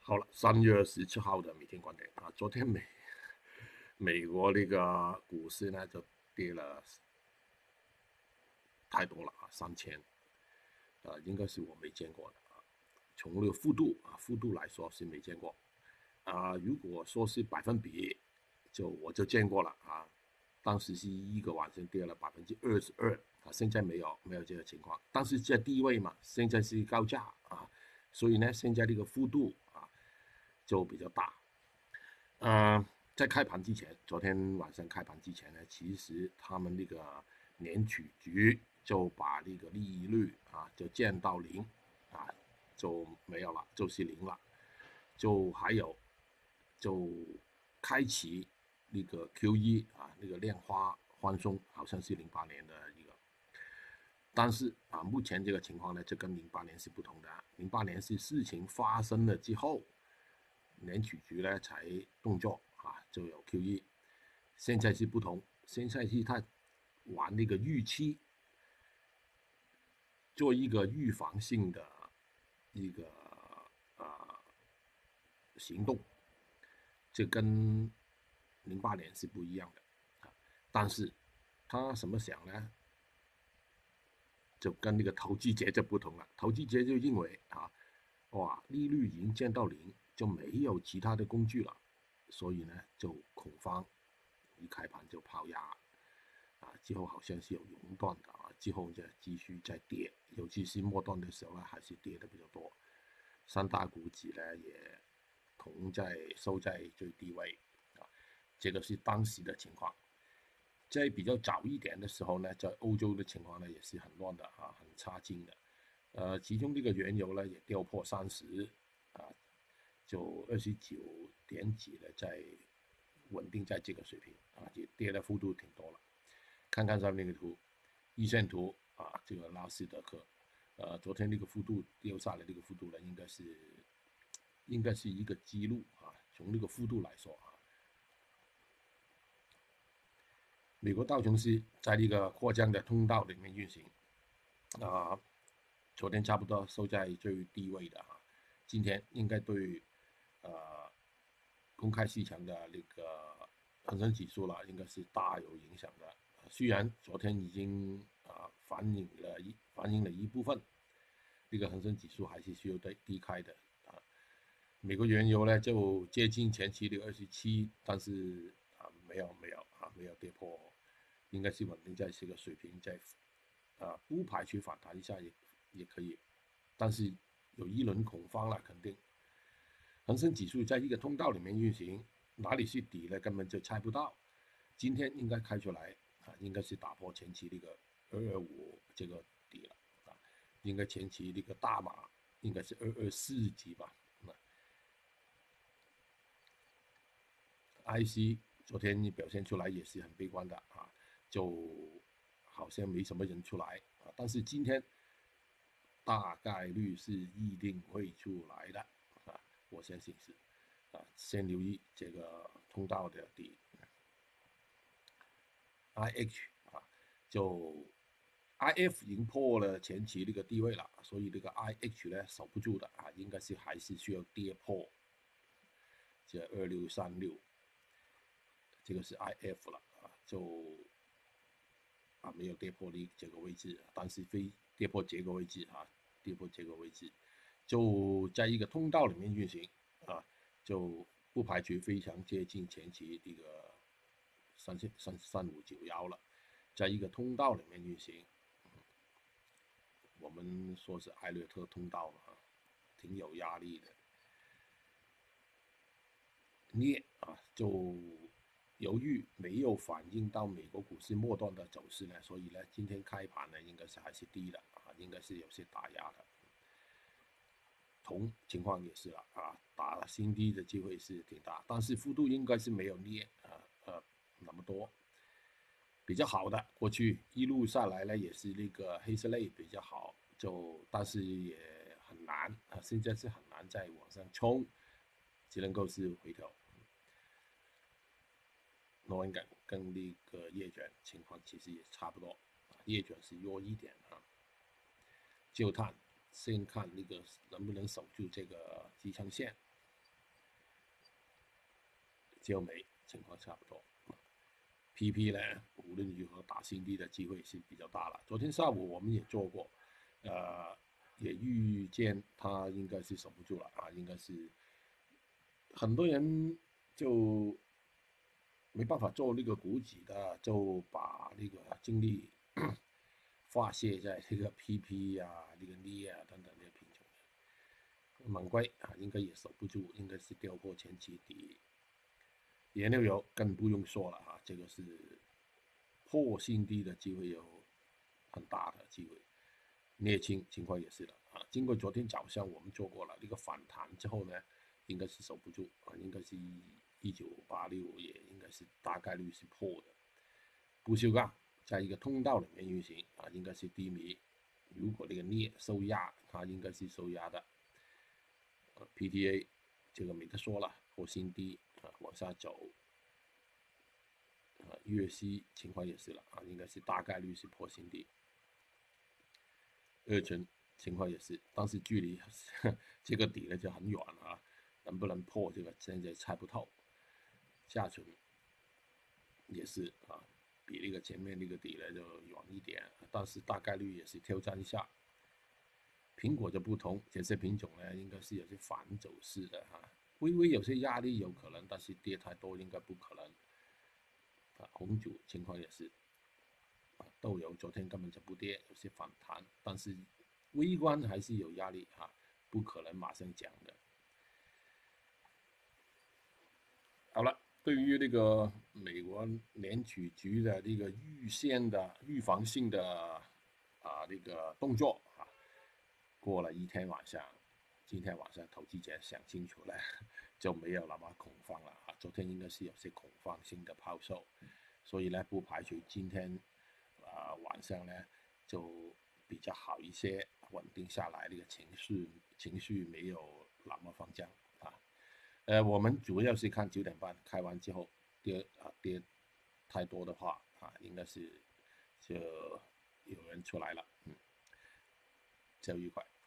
好了，3月17号的每天观点啊，昨天美国那个股市呢就跌了太多了啊，3000，应该是我没见过的啊。从那个幅度来说是没见过啊。如果说是百分比，我就见过了啊。当时是一个晚上跌了22%啊，现在没有这个情况，但是在低位嘛，现在是高价啊，所以呢，现在这个幅度啊就比较大。呃，在开盘之前，昨天晚上开盘之前呢，其实他们那个联储局就把那个利率啊就降到零啊，就没有了，就是零了。还有就开启那个 QE 啊，那个量化宽松，好像是08年的一个。但是啊，目前这个情况呢，就跟08年是不同的。08年是事情发生了之后，联储局呢才动作啊，就有 QE。现在是不同，现在是他玩那个预期，做一个预防性的一个呃行动，这跟08年是不一样的啊。但是他什么想呢？就跟那个投机者就不同了，投机者就认为啊，哇，利率已经降到零，就没有其他的工具了，所以呢就恐慌，一开盘就抛压啊，之后好像是有熔断的啊，之后就继续再跌，尤其是末端的时候呢，还是跌的比较多，三大股指呢也收在最低位啊，这个是当时的情况。在比较早一点的时候呢，在欧洲的情况呢也是很乱的啊，很差劲的。其中这个原油呢也掉破30啊，就29点几了，在稳定在这个水平啊，也跌的幅度挺多了。看看上面的图，一线图啊，这个纳斯达克，昨天那个幅度掉下来，这个幅度呢应该是一个记录啊，从那个幅度来说啊，美国道琼斯在那个扩张的通道里面运行啊，昨天差不多收在最低位的哈，今天应该对公开市场的那个恒生指数了，应该是大有影响的。虽然昨天已经反映了一部分，这个恒生指数还是需要低开的啊。美国原油呢就接近前期的27，但是没有跌破，应该是稳定在这个水平，不排除反弹一下也可以，但是有一轮恐慌了，肯定。恒生指数在一个通道里面运行，哪里是底呢？根本就猜不到。今天应该开出来啊，应该是打破前期那个225这个底了啊，应该前期那个大码应该是224级吧。IC 昨天表现出来也是很悲观的啊，就好像没什么人出来啊，但是今天大概率是一定会出来的啊，我相信是啊，先留意这个通道的底 IH 啊，就 IF 已经破了前期那个低位了，所以这个 IH 呢守不住的啊，应该是还是需要跌破这2636，这个是 IF 了啊，没有跌破这个位置，但是非跌破这个位置啊，跌破这个位置，就在一个通道里面运行啊，就不排除非常接近前期这个3591了，在一个通道里面运行，我们说是艾略特通道嘛，挺有压力的。镍啊，就由于没有反映到美国股市末端的走势呢，所以呢，今天开盘呢应该是还是低的啊，应该是有些打压的。铜情况也是了啊，打新低的机会是挺大，但是幅度应该是没有镍那么多。比较好的，过去一路下来呢，也是那个黑色类比较好，但是也很难啊，现在是很难再往上冲，只能够是回调。螺纹钢跟那个叶卷情况其实也差不多啊，叶卷是弱一点啊。就看先看那个能不能守住这个支撑线焦煤情况差不多。PP 呢，无论如何打新低的机会是比较大了。昨天下午我们也做过，也预见它应该是守不住了啊，应该是很多人就没办法做那个股指的，就把那个精力发泄在这个 PP 啊、这个镍啊等等这个品种。猛龟啊，应该也守不住，应该是掉破前期底。原料油更不用说了哈，这个是破新低的机会有很大的机会。镍氢情况也是的啊，经过昨天早上我们做过了，那个反弹之后呢，应该是守不住啊，应该是1986也应该是大概率是破的。不锈钢在一个通道里面运行啊，应该是低迷。如果那个镍受压，它应该是受压的。PTA 这个没得说了，破新低啊，往下走。粤西情况也是了啊，应该是大概率是破新低。二醇情况也是，但是距离这个底呢就很远了啊，能不能破这个现在猜不透。下醇也是啊，比那个前面那个底呢就远一点，但是大概率也是挑战一下。苹果就不同，这些品种呢应该是有些反走势的哈，微微有些压力有可能，但是跌太多应该不可能。红酒情况也是，豆油昨天根本就不跌，有些反弹，但是微观还是有压力哈，不可能马上讲的。好了，对于那个美国联储局的这个预防性的那个动作啊，过了一天晚上，今天晚上投资者想清楚了，就没有那么恐慌了啊。昨天应该是有些恐慌性的抛售，所以呢，不排除今天晚上呢就比较好一些，稳定下来，那个情绪没有那么慌张啊。我们主要是看9点半开完之后跌太多的话啊，应该是就有人出来了，就愉快。